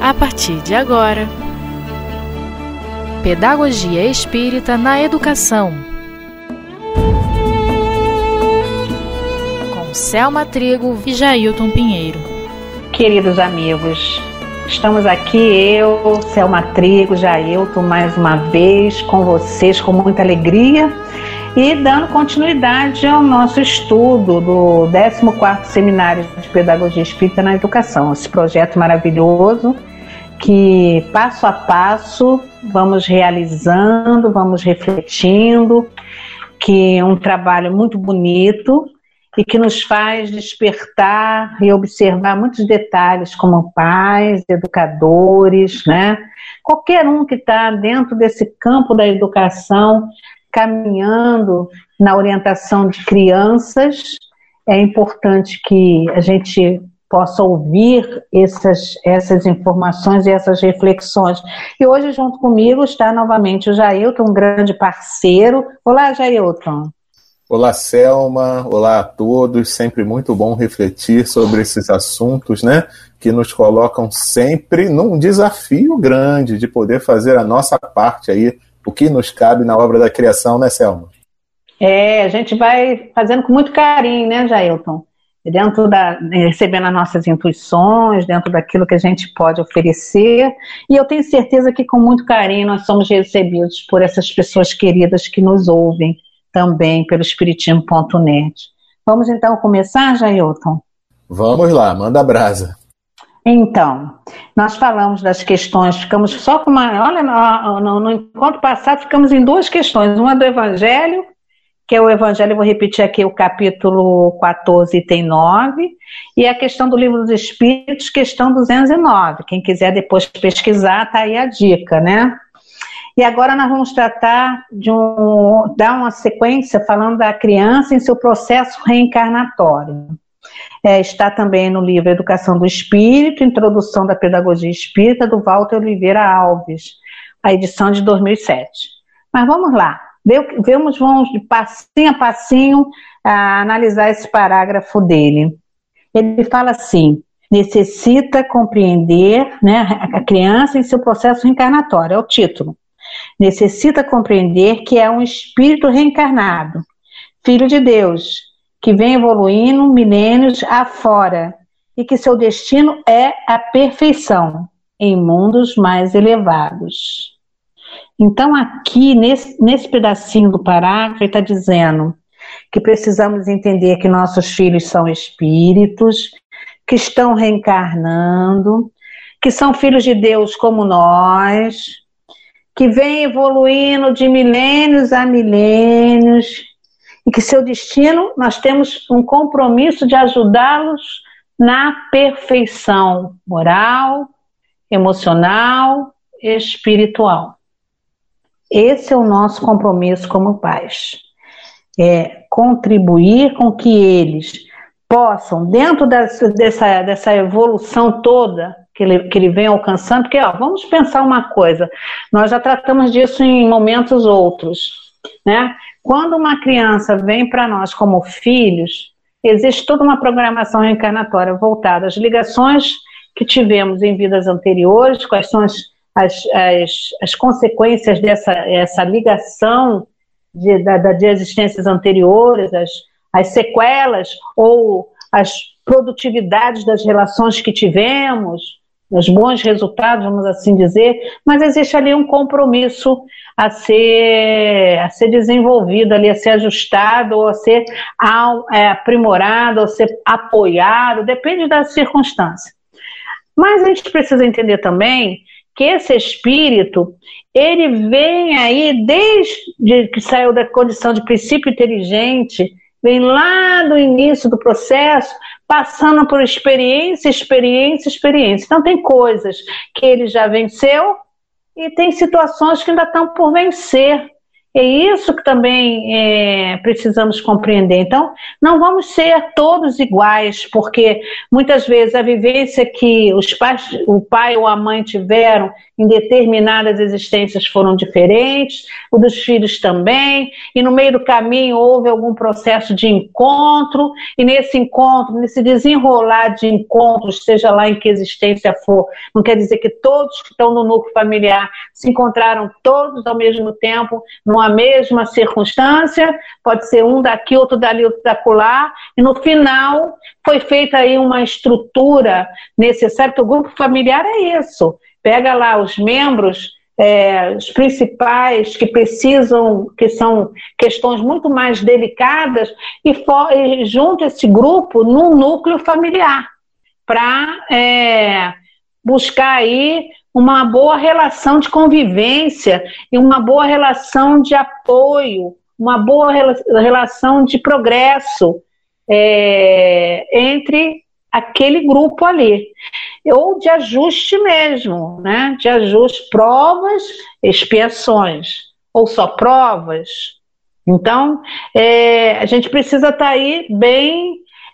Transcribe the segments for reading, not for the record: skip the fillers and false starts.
a partir de agora. Pedagogia Espírita na Educação. Com Selma Trigo e Jailton Pinheiro. Queridos amigos, estamos aqui, eu, Selma Trigo, Jailton, mais uma vez com vocês, com muita alegria e dando continuidade ao nosso estudo do 14º Seminário de Pedagogia Espírita na Educação, esse projeto maravilhoso que passo a passo vamos realizando, vamos refletindo, que é um trabalho muito bonito e que nos faz despertar e observar muitos detalhes como pais, educadores, né? Qualquer um que está dentro desse campo da educação, caminhando na orientação de crianças, é importante que a gente possa ouvir essas informações e essas reflexões. E hoje, junto comigo, está novamente o Jailton, um grande parceiro. Olá, Jailton. Olá, Selma. Olá a todos. Sempre muito bom refletir sobre esses assuntos, né? Que nos colocam sempre num desafio grande de poder fazer a nossa parte aí, o que nos cabe na obra da criação, né, Selma? A gente vai fazendo com muito carinho, né, Jailton? Recebendo as nossas intuições, dentro daquilo que a gente pode oferecer, e eu tenho certeza que com muito carinho nós somos recebidos por essas pessoas queridas que nos ouvem também pelo Espiritismo.net. Vamos então começar, Jailton? Vamos lá, manda brasa. Então, nós falamos das questões, ficamos só com no encontro passado ficamos em duas questões, uma do Evangelho, que é o Evangelho, eu vou repetir aqui o capítulo 14, item 9, e a questão do Livro dos Espíritos, questão 209. Quem quiser depois pesquisar, está aí a dica, né? E agora nós vamos tratar dar uma sequência falando da criança em seu processo reencarnatório. Está também no livro Educação do Espírito, Introdução da Pedagogia Espírita, do Walter Oliveira Alves, a edição de 2007. Mas vamos lá. Vamos de passinho a passinho analisar esse parágrafo dele. Ele fala assim: necessita compreender, né, a criança em seu processo reencarnatório, é o título. Necessita compreender que é um espírito reencarnado, filho de Deus, que vem evoluindo milênios afora e que seu destino é a perfeição em mundos mais elevados. Então aqui, nesse pedacinho do parágrafo, ele está dizendo que precisamos entender que nossos filhos são espíritos, que estão reencarnando, que são filhos de Deus como nós, que vêm evoluindo de milênios a milênios, e que seu destino, nós temos um compromisso de ajudá-los na perfeição moral, emocional e espiritual. Esse é o nosso compromisso como pais. É contribuir com que eles possam, dentro dessa evolução toda que ele vem alcançando, porque vamos pensar uma coisa, nós já tratamos disso em momentos outros, né? Quando uma criança vem para nós como filhos, existe toda uma programação reencarnatória voltada às ligações que tivemos em vidas anteriores, quais são as consequências dessa ligação de existências anteriores, as sequelas ou as produtividades das relações que tivemos, os bons resultados, vamos assim dizer, mas existe ali um compromisso a ser desenvolvido, ali, a ser ajustado, ou a ser aprimorado, ou a ser apoiado, depende da circunstância. Mas a gente precisa entender também que esse espírito, ele vem aí desde que saiu da condição de princípio inteligente, vem lá do início do processo, passando por experiência. Então tem coisas que ele já venceu e tem situações que ainda estão por vencer. É isso que também precisamos compreender. Então, não vamos ser todos iguais, porque muitas vezes a vivência que o pai ou a mãe tiveram em determinadas existências foram diferentes, o dos filhos também, e no meio do caminho houve algum processo de encontro, e nesse encontro, nesse desenrolar de encontros, seja lá em que existência for, não quer dizer que todos que estão no núcleo familiar se encontraram todos ao mesmo tempo, numa mesma circunstância, pode ser um daqui, outro dali, outro dacolá, e no final foi feita aí uma estrutura necessária, porque o grupo familiar é isso, pega lá os membros, os principais que precisam, que são questões muito mais delicadas, e junta esse grupo num núcleo familiar, para buscar aí uma boa relação de convivência e uma boa relação de apoio, uma boa relação de progresso entre aquele grupo ali, ou de ajuste mesmo, né? De ajuste, provas, expiações, ou só provas. Então, a gente precisa estar aí bem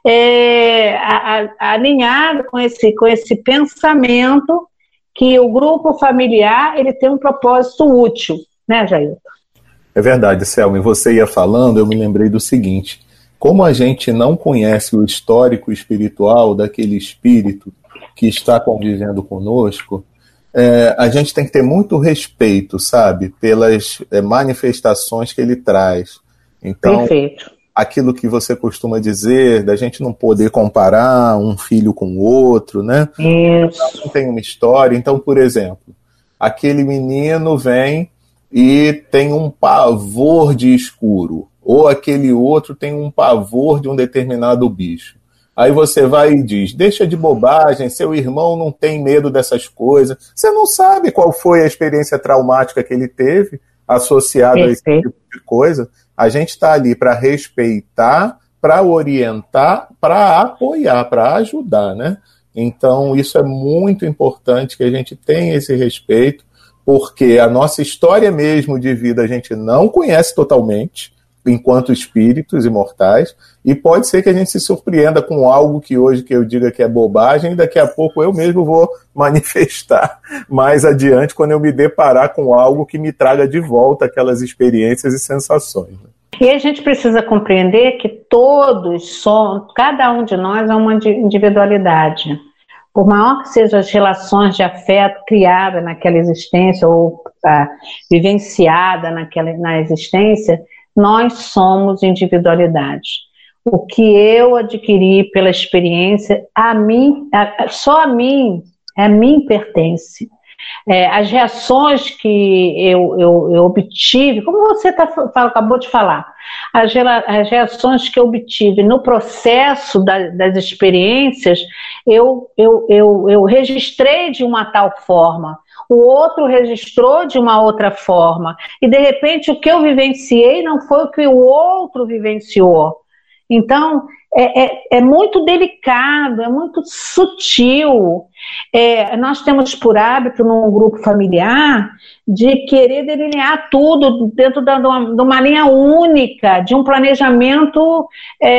alinhado com esse pensamento que o grupo familiar ele tem um propósito útil, né, Jair? É verdade, Selma, e você ia falando, eu me lembrei do seguinte: como a gente não conhece o histórico espiritual daquele espírito que está convivendo conosco, a gente tem que ter muito respeito, sabe, pelas manifestações que ele traz. Então, perfeito. Aquilo que você costuma dizer, da gente não poder comparar um filho com o outro, né? Isso. Não tem uma história. Então, por exemplo, aquele menino vem e tem um pavor de escuro, ou aquele outro tem um pavor de um determinado bicho. Aí você vai e diz, deixa de bobagem, seu irmão não tem medo dessas coisas. Você não sabe qual foi a experiência traumática que ele teve associada a esse tipo de coisa. A gente está ali para respeitar, para orientar, para apoiar, para ajudar, né? Então, isso é muito importante que a gente tenha esse respeito, porque a nossa história mesmo de vida a gente não conhece totalmente, enquanto espíritos imortais, e pode ser que a gente se surpreenda com algo que hoje que eu diga que é bobagem, e daqui a pouco eu mesmo vou manifestar mais adiante quando eu me deparar com algo que me traga de volta aquelas experiências e sensações. E a gente precisa compreender que todos somos, cada um de nós é uma individualidade. Por maior que sejam as relações de afeto criadas naquela existência ou vivenciada na existência, nós somos individualidade. O que eu adquiri pela experiência, só a mim pertence. As reações que eu obtive, como você acabou de falar, as reações que eu obtive no processo das experiências, eu registrei de uma tal forma, o outro registrou de uma outra forma, e de repente o que eu vivenciei não foi o que o outro vivenciou. Então, é muito delicado, é muito sutil. Nós temos por hábito, num grupo familiar, de querer delinear tudo dentro de uma linha única, de um planejamento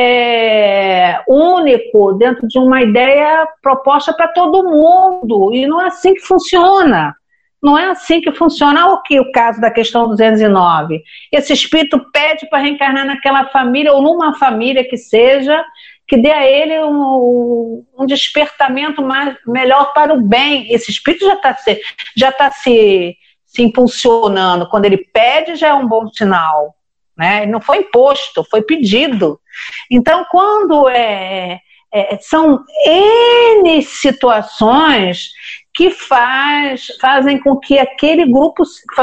único, dentro de uma ideia proposta para todo mundo. E não é assim que funciona. Não é assim que funciona. O caso da questão 209. Esse espírito pede para reencarnar naquela família ou numa família que seja, que dê a ele um despertamento melhor para o bem. Esse espírito já está se impulsionando. Quando ele pede, já é um bom sinal, né? Não foi imposto, foi pedido. Então, quando são N situações que fazem com que aquele grupo,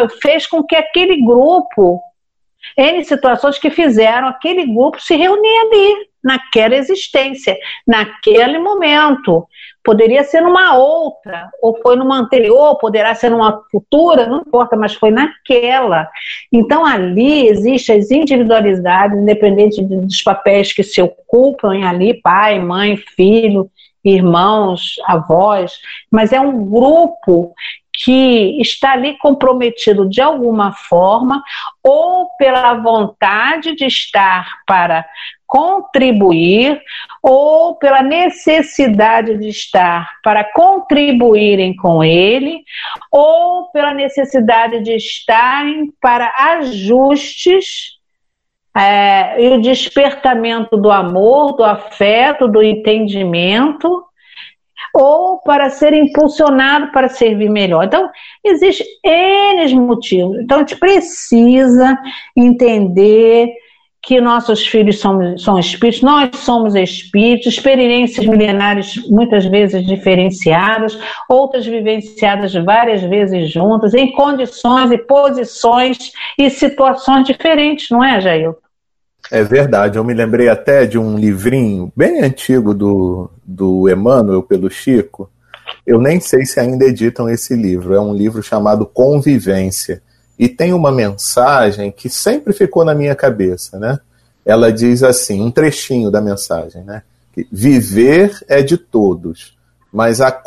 N situações que fizeram aquele grupo se reunir ali, naquela existência, naquele momento. Poderia ser numa outra, ou foi numa anterior, poderá ser numa futura, não importa, mas foi naquela. Então ali existem as individualidades, independente dos papéis que se ocupam ali, pai, mãe, filho, irmãos, avós, mas é um grupo que está ali comprometido de alguma forma, ou pela vontade de estar para contribuir, ou pela necessidade de estar para contribuírem com ele, ou pela necessidade de estarem para ajustes e o despertamento do amor, do afeto, do entendimento, ou para ser impulsionado para servir melhor. Então, existem N motivos. Então, a gente precisa entender que nossos filhos são espíritos, nós somos espíritos, experiências milenares muitas vezes diferenciadas, outras vivenciadas várias vezes juntas, em condições e posições e situações diferentes, não é, Jair? É verdade, eu me lembrei até de um livrinho bem antigo do Emmanuel, pelo Chico. Eu nem sei se ainda editam esse livro, é um livro chamado Convivência. E tem uma mensagem que sempre ficou na minha cabeça, né? Ela diz assim, um trechinho da mensagem, né? Que viver é de todos, mas a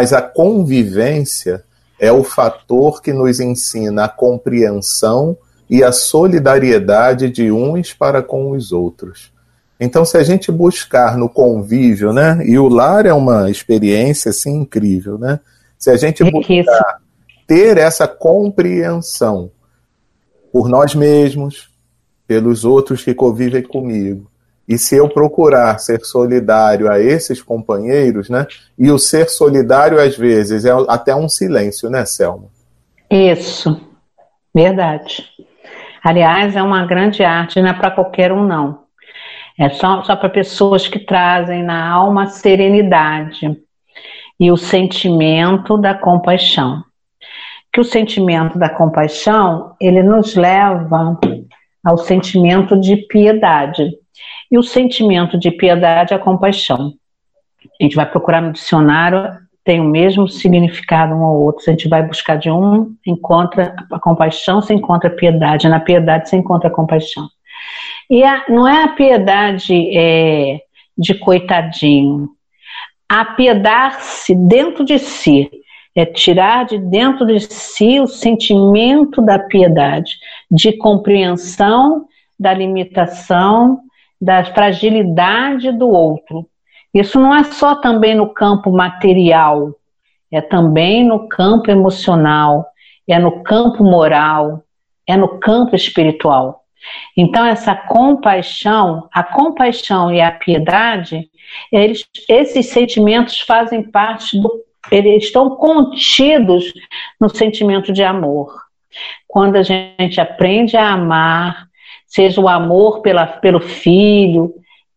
convivência é o fator que nos ensina a compreensão e a solidariedade de uns para com os outros. Então, se a gente buscar no convívio, né? E o lar é uma experiência assim incrível, né? Se a gente buscar ter essa compreensão por nós mesmos, pelos outros que convivem comigo, e se eu procurar ser solidário a esses companheiros, né? E o ser solidário às vezes é até um silêncio, né, Selma? Isso, verdade. Aliás, é uma grande arte, não é para qualquer um, não. É só para pessoas que trazem na alma a serenidade e o sentimento da compaixão. Que o sentimento da compaixão, ele nos leva ao sentimento de piedade. E o sentimento de piedade é a compaixão. A gente vai procurar no dicionário, tem o mesmo significado um ao outro. Se a gente vai buscar de um, encontra a compaixão, se encontra a piedade. Na piedade se encontra a compaixão. E não é a piedade de coitadinho. Apiedar-se dentro de si. É tirar de dentro de si o sentimento da piedade, de compreensão da limitação, da fragilidade do outro. Isso não é só também no campo material, é também no campo emocional, é no campo moral, é no campo espiritual. Então essa compaixão, a compaixão e a piedade, esses sentimentos fazem parte eles estão contidos no sentimento de amor. Quando a gente aprende a amar, seja o amor pelo filho,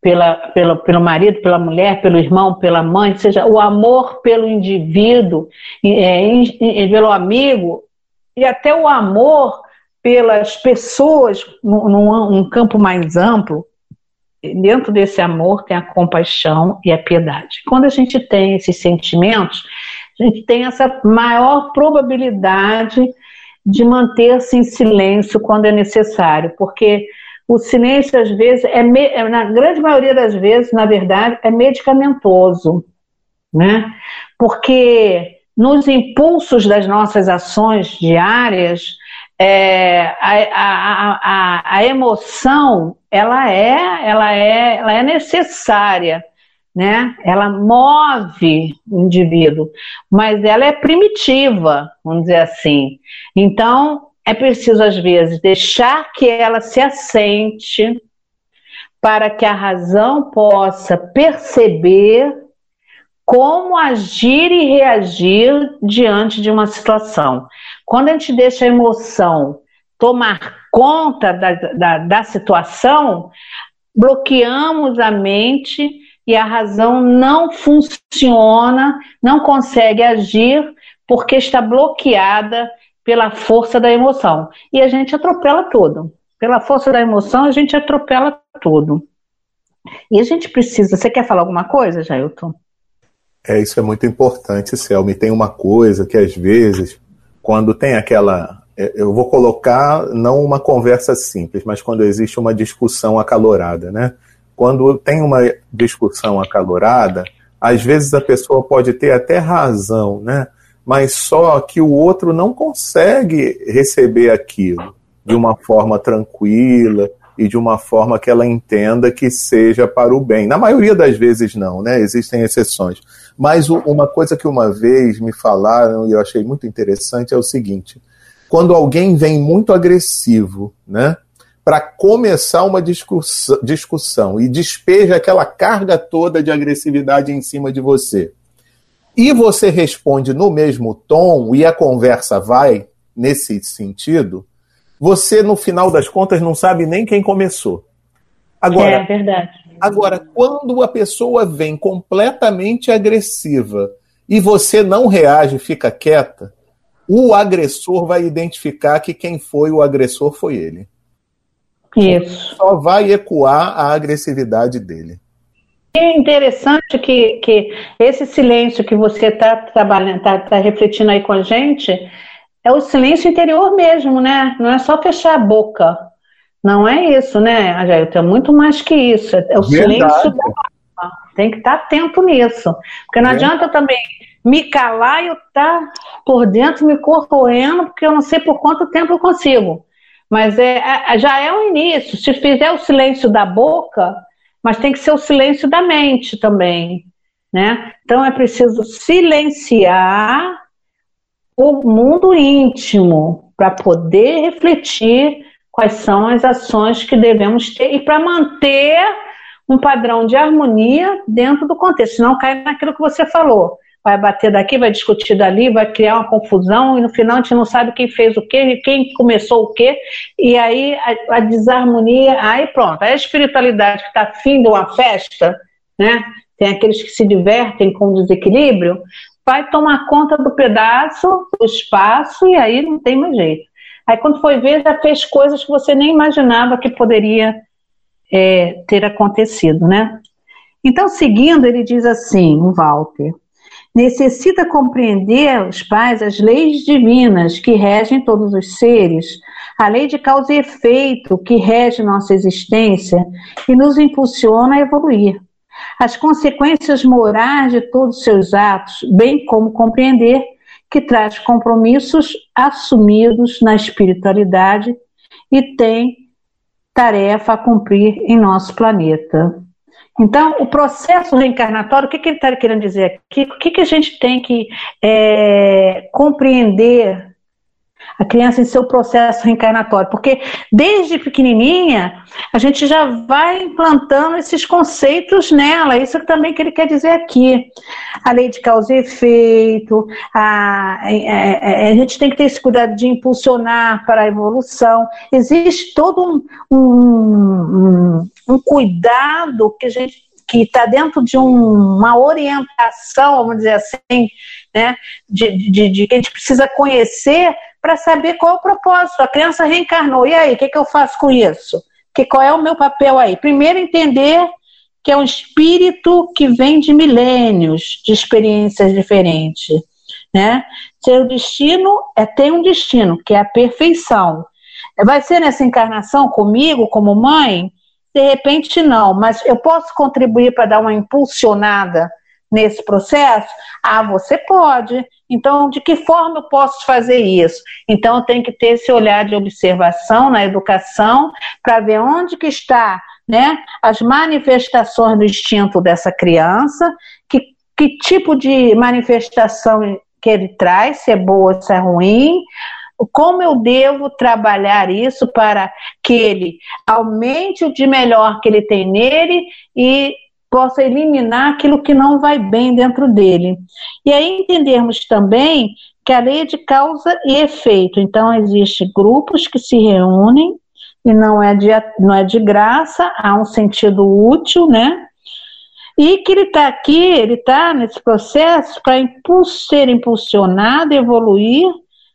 pelo marido, pela mulher, pelo irmão, pela mãe, seja o amor pelo indivíduo, pelo amigo, e até o amor pelas pessoas num campo mais amplo. Dentro desse amor tem a compaixão e a piedade. Quando a gente tem esses sentimentos, a gente tem essa maior probabilidade de manter-se em silêncio quando é necessário, porque o silêncio, às vezes, na grande maioria das vezes, na verdade, é medicamentoso, né? Porque nos impulsos das nossas ações diárias, a emoção ela é necessária, né? Ela move o indivíduo, mas ela é primitiva, vamos dizer assim. Então, é preciso, às vezes, deixar que ela se assente para que a razão possa perceber como agir e reagir diante de uma situação. Quando a gente deixa a emoção tomar conta da situação, bloqueamos a mente e a razão não funciona, não consegue agir porque está bloqueada pela força da emoção. E a gente atropela tudo. Pela força da emoção, a gente atropela tudo. E a gente precisa... Você quer falar alguma coisa, Jailton? Isso é muito importante, Selma. E tem uma coisa que, às vezes, quando tem aquela... Eu vou colocar, não uma conversa simples, mas quando existe uma discussão acalorada, né? Quando tem uma discussão acalorada, às vezes a pessoa pode ter até razão, né? Mas só que o outro não consegue receber aquilo de uma forma tranquila, e de uma forma que ela entenda que seja para o bem. Na maioria das vezes não, né? Existem exceções. Mas uma coisa que uma vez me falaram e eu achei muito interessante é o seguinte: quando alguém vem muito agressivo, né, para começar uma discussão e despeja aquela carga toda de agressividade em cima de você, e você responde no mesmo tom e a conversa vai nesse sentido, você, no final das contas, não sabe nem quem começou. Agora, é verdade. Agora, quando a pessoa vem completamente agressiva e você não reage, fica quieta, o agressor vai identificar que quem foi o agressor foi ele. Isso. Só vai ecoar a agressividade dele. É interessante que esse silêncio que você está trabalhando, está refletindo aí com a gente, é o silêncio interior mesmo, né? Não é só fechar a boca. Não é isso, né, Ajailton? É muito mais que isso. É o silêncio da alma. Tem que estar atento nisso. Porque não adianta eu também me calar e eu estar por dentro me corroendo, porque eu não sei por quanto tempo eu consigo. Mas já é o início. Se fizer o silêncio da boca, mas tem que ser o silêncio da mente também, né? Então é preciso silenciar o mundo íntimo para poder refletir quais são as ações que devemos ter e para manter um padrão de harmonia dentro do contexto, senão cai naquilo que você falou. Vai bater daqui, vai discutir dali, vai criar uma confusão e no final a gente não sabe quem fez o quê, quem começou o quê, e aí a desarmonia, aí pronto, a espiritualidade que está afim de uma festa, né? Tem aqueles que se divertem com o desequilíbrio, vai tomar conta do pedaço, do espaço, e aí não tem mais jeito. Aí quando foi ver, já fez coisas que você nem imaginava que poderia ter acontecido, né? Então, seguindo, ele diz assim, o Walter: necessita compreender, os pais, as leis divinas que regem todos os seres, a lei de causa e efeito que rege nossa existência e nos impulsiona a evoluir. As consequências morais de todos os seus atos, bem como compreender que traz compromissos assumidos na espiritualidade e tem tarefa a cumprir em nosso planeta. Então, o processo reencarnatório, o que ele está querendo dizer aqui? O que a gente tem que compreender a criança em seu processo reencarnatório? Porque desde pequenininha a gente já vai implantando esses conceitos nela, isso também que ele quer dizer aqui. A lei de causa e efeito, a gente tem que ter esse cuidado de impulsionar para a evolução. Existe todo um cuidado que está dentro de uma orientação, vamos dizer assim, né, de que a gente precisa conhecer para saber qual é o propósito. A criança reencarnou, e aí, o que eu faço com isso? Qual é o meu papel aí? Primeiro, entender que é um espírito que vem de milênios, de experiências diferentes, né? Seu destino tem um destino, que é a perfeição. Vai ser nessa encarnação comigo, como mãe? De repente não, mas eu posso contribuir para dar uma impulsionada nesse processo? Você pode. Então, de que forma eu posso fazer isso? Então, eu tenho que ter esse olhar de observação na educação para ver onde que está, né, as manifestações do instinto dessa criança, que tipo de manifestação que ele traz, se é boa, se é ruim, como eu devo trabalhar isso para que ele aumente o de melhor que ele tem nele e possa eliminar aquilo que não vai bem dentro dele. E aí entendermos também que a lei é de causa e efeito. Então, existem grupos que se reúnem e não é de graça, há um sentido útil, né? E que ele está aqui, ele está nesse processo para ser impulsionado, evoluir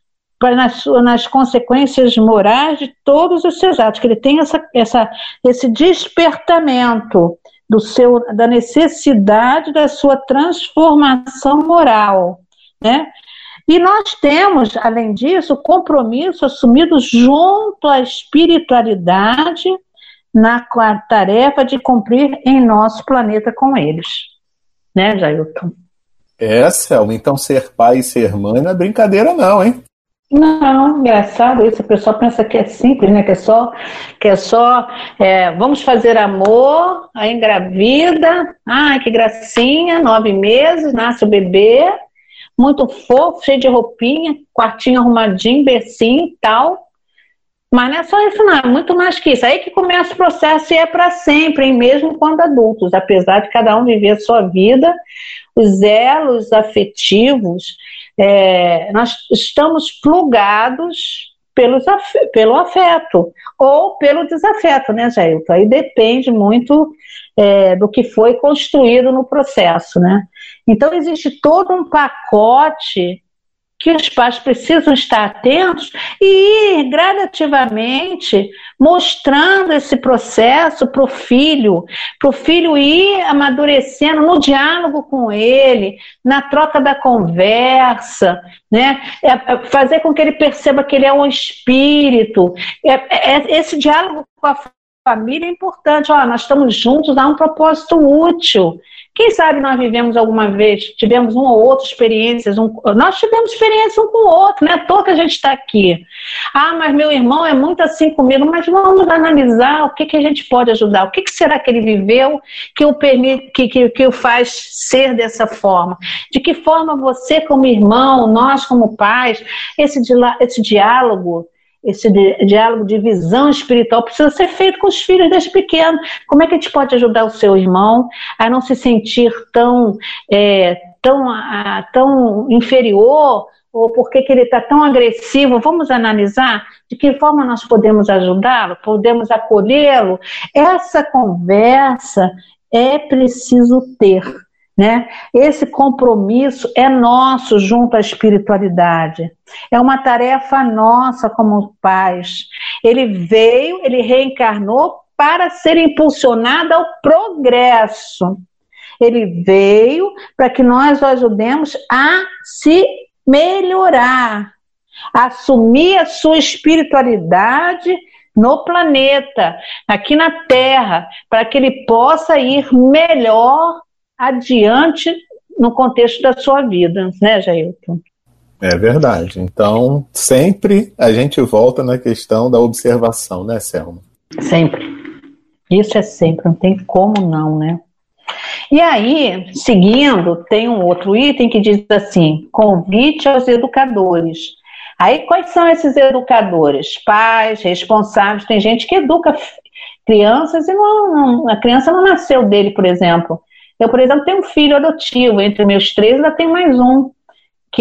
nas consequências morais de todos os seus atos, que ele tem esse despertamento da necessidade da sua transformação moral, né? E nós temos, além disso, compromisso assumido junto à espiritualidade na tarefa de cumprir em nosso planeta com eles. Né, Jailton? Selma, então ser pai e ser mãe não é brincadeira não, hein? Não, engraçado isso, a pessoa pensa que é simples, né? Vamos fazer amor, aí engravida, ai que gracinha, 9 meses, nasce o bebê, muito fofo, cheio de roupinha, quartinho arrumadinho, bercinho e tal. Mas não é só isso não, é muito mais que isso. Aí que começa o processo e é para sempre, hein? Mesmo quando adultos, apesar de cada um viver a sua vida, os elos afetivos, nós estamos plugados pelo afeto ou pelo desafeto, né, Jailton? Aí depende muito do que foi construído no processo, né? Então existe todo um pacote que os pais precisam estar atentos e ir gradativamente mostrando esse processo para o filho ir amadurecendo no diálogo com ele, na troca da conversa, né? Fazer com que ele perceba que ele é um espírito. Esse diálogo com a família é importante. Nós estamos juntos, há um propósito útil. Quem sabe nós vivemos alguma vez, tivemos uma ou outra experiência, nós tivemos experiência um com o outro, não é à toa que a gente está aqui. Mas meu irmão é muito assim comigo, mas vamos analisar o que a gente pode ajudar, o que será que ele viveu que o permite, que o faz ser dessa forma. De que forma você como irmão, nós como pais, esse diálogo de visão espiritual precisa ser feito com os filhos desde pequeno. Como é que a gente pode ajudar o seu irmão a não se sentir tão inferior, ou por que ele está tão agressivo? Vamos analisar de que forma nós podemos ajudá-lo, podemos acolhê-lo. Essa conversa é preciso ter, né? Esse compromisso é nosso junto à espiritualidade. É uma tarefa nossa como pais. Ele reencarnou para ser impulsionado ao progresso. Ele veio para que nós o ajudemos a se melhorar, a assumir a sua espiritualidade no planeta, aqui na Terra, para que ele possa ir melhor adiante no contexto da sua vida, né, Jailton? É verdade. Então, sempre a gente volta na questão da observação, né, Selma? Sempre. Isso é sempre, não tem como não, né? E aí, seguindo, tem um outro item que diz assim: convite aos educadores. Aí, quais são esses educadores? Pais, responsáveis. Tem gente que educa crianças e a criança não nasceu dele, por exemplo. Eu, por exemplo, tenho um filho adotivo, entre meus 3 ainda tem mais um, que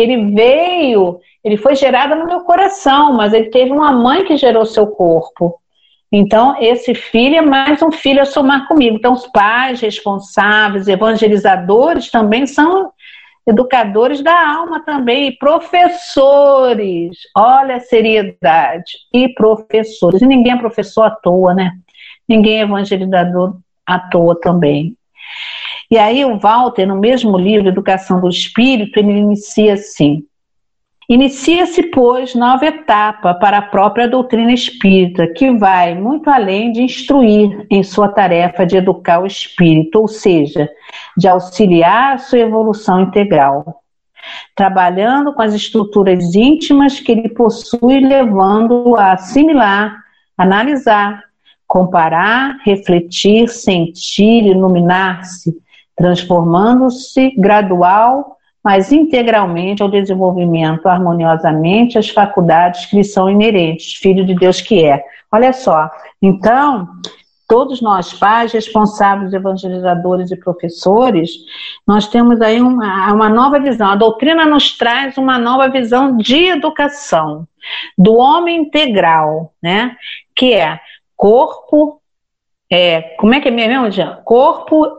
ele foi gerado no meu coração, mas ele teve uma mãe que gerou seu corpo. Então, esse filho é mais um filho a somar comigo. Então, os pais responsáveis, evangelizadores também são educadores da alma também, e professores. Olha a seriedade. E professores. E ninguém é professor à toa, né? Ninguém é evangelizador à toa também. E aí o Walter, no mesmo livro, Educação do Espírito, ele inicia assim: inicia-se, pois, nova etapa para a própria doutrina espírita, que vai muito além de instruir em sua tarefa de educar o espírito, ou seja, de auxiliar a sua evolução integral, trabalhando com as estruturas íntimas que ele possui, levando-o a assimilar, analisar, comparar, refletir, sentir, iluminar-se, transformando-se gradual, mas integralmente ao desenvolvimento harmoniosamente as faculdades que lhe são inerentes, filho de Deus que é. Olha só, então, todos nós, pais, responsáveis, evangelizadores e professores, nós temos aí uma nova visão. A doutrina nos traz uma nova visão de educação, do homem integral, né? Que é corpo, como é que é mesmo, Jean? Corpo,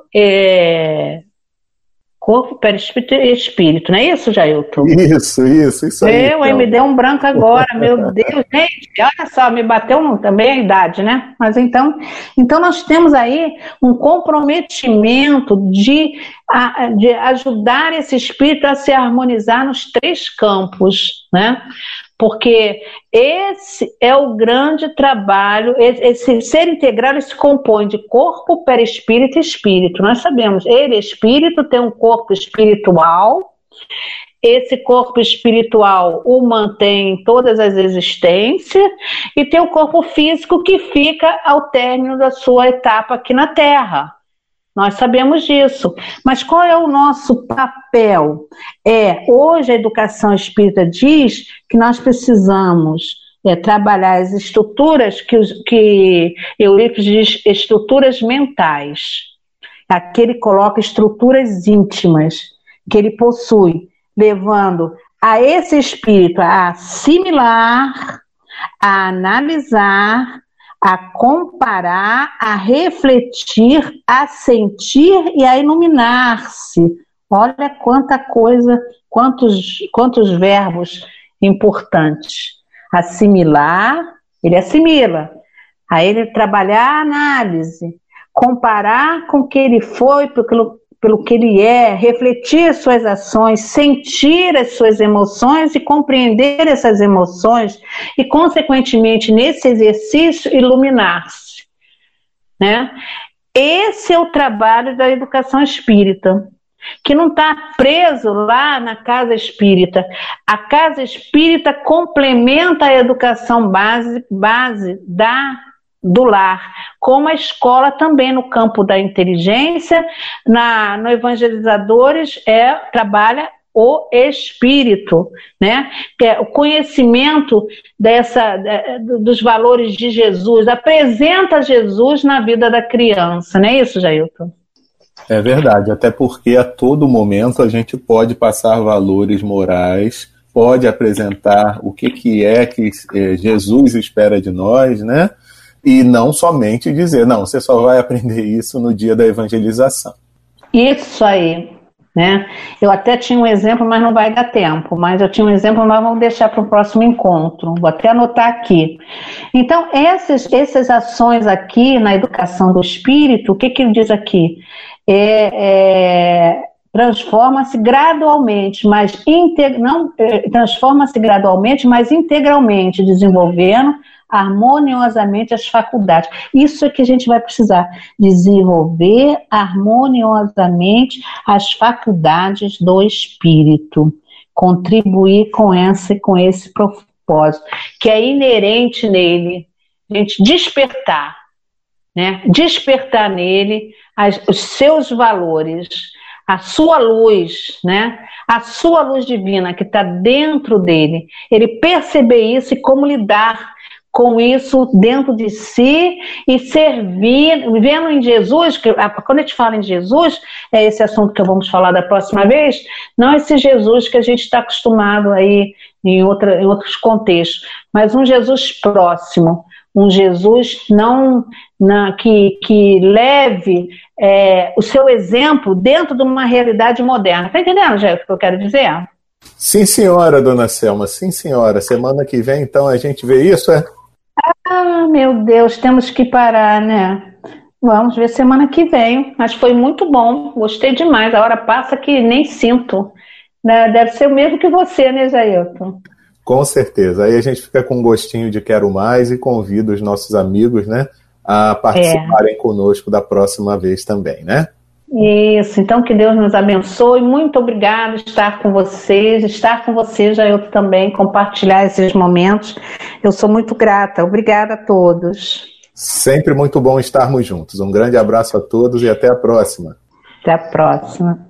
perispírito e espírito, não é isso, Jailton? Isso aí. Aí me deu um branco agora, meu Deus, gente, olha só, me bateu também a idade, né? Mas então nós temos aí um comprometimento de ajudar esse espírito a se harmonizar nos 3 campos, né? Porque esse é o grande trabalho, esse ser integral, ele se compõe de corpo, perispírito e espírito. Nós sabemos, ele, espírito, tem um corpo espiritual esse corpo espiritual o mantém em todas as existências, e tem o corpo físico que fica ao término da sua etapa aqui na Terra. Nós sabemos disso. Mas qual é o nosso papel? Hoje a educação espírita diz que nós precisamos trabalhar as estruturas que Eurípides diz estruturas mentais. Aqui ele coloca estruturas íntimas que ele possui, levando a esse espírito a assimilar, a analisar, a comparar, a refletir, a sentir e a iluminar-se. Olha quanta coisa, quantos verbos importantes. Assimilar, ele assimila. Aí ele trabalhar a análise, comparar com o que ele foi, pelo que ele é, refletir as suas ações, sentir as suas emoções e compreender essas emoções e, consequentemente, nesse exercício, iluminar-se, né? Esse é o trabalho da educação espírita, que não está preso lá na casa espírita. A casa espírita complementa a educação base do lar, como a escola também no campo da inteligência, no Evangelizadores trabalha o espírito, né? Que é o conhecimento dos valores de Jesus, apresenta Jesus na vida da criança, não é isso, Jailton? É verdade, até porque a todo momento a gente pode passar valores morais, pode apresentar o que Jesus espera de nós, né? E não somente dizer, não, você só vai aprender isso no dia da evangelização. Isso aí, né? Eu até tinha um exemplo, mas não vai dar tempo, mas eu tinha um exemplo, mas vamos deixar para o próximo encontro, vou até anotar aqui. Então, essas ações aqui na educação do espírito, o que ele diz aqui? Transforma-se gradualmente, transforma-se gradualmente, mas integralmente, desenvolvendo harmoniosamente as faculdades. Isso é que a gente vai precisar, desenvolver harmoniosamente as faculdades do espírito, contribuir com esse propósito, que é inerente nele, a gente despertar, né? Despertar nele os seus valores, a sua luz, né? A sua luz divina que está dentro dele, ele perceber isso e como lidar com isso dentro de si e servir, vivendo em Jesus, quando a gente fala em Jesus, é esse assunto que vamos falar da próxima vez, não esse Jesus que a gente está acostumado aí em outros contextos, mas um Jesus próximo, um Jesus que leve o seu exemplo dentro de uma realidade moderna. Está entendendo, Jair, o que eu quero dizer? Sim, senhora, dona Selma, sim, senhora. Semana que vem, então, a gente vê isso, é? Ah, meu Deus, temos que parar, né? Vamos ver semana que vem. Mas foi muito bom, gostei demais. A hora passa que nem sinto. Deve ser o mesmo que você, né, Jailton? Com certeza. Aí a gente fica com um gostinho de quero mais e convida os nossos amigos, né, a participarem conosco da próxima vez também, né? Isso, então que Deus nos abençoe. Muito obrigada estar com você, Jailton, também, compartilhar esses momentos. Eu sou muito grata. Obrigada a todos. Sempre muito bom estarmos juntos. Um grande abraço a todos e até a próxima. Até a próxima.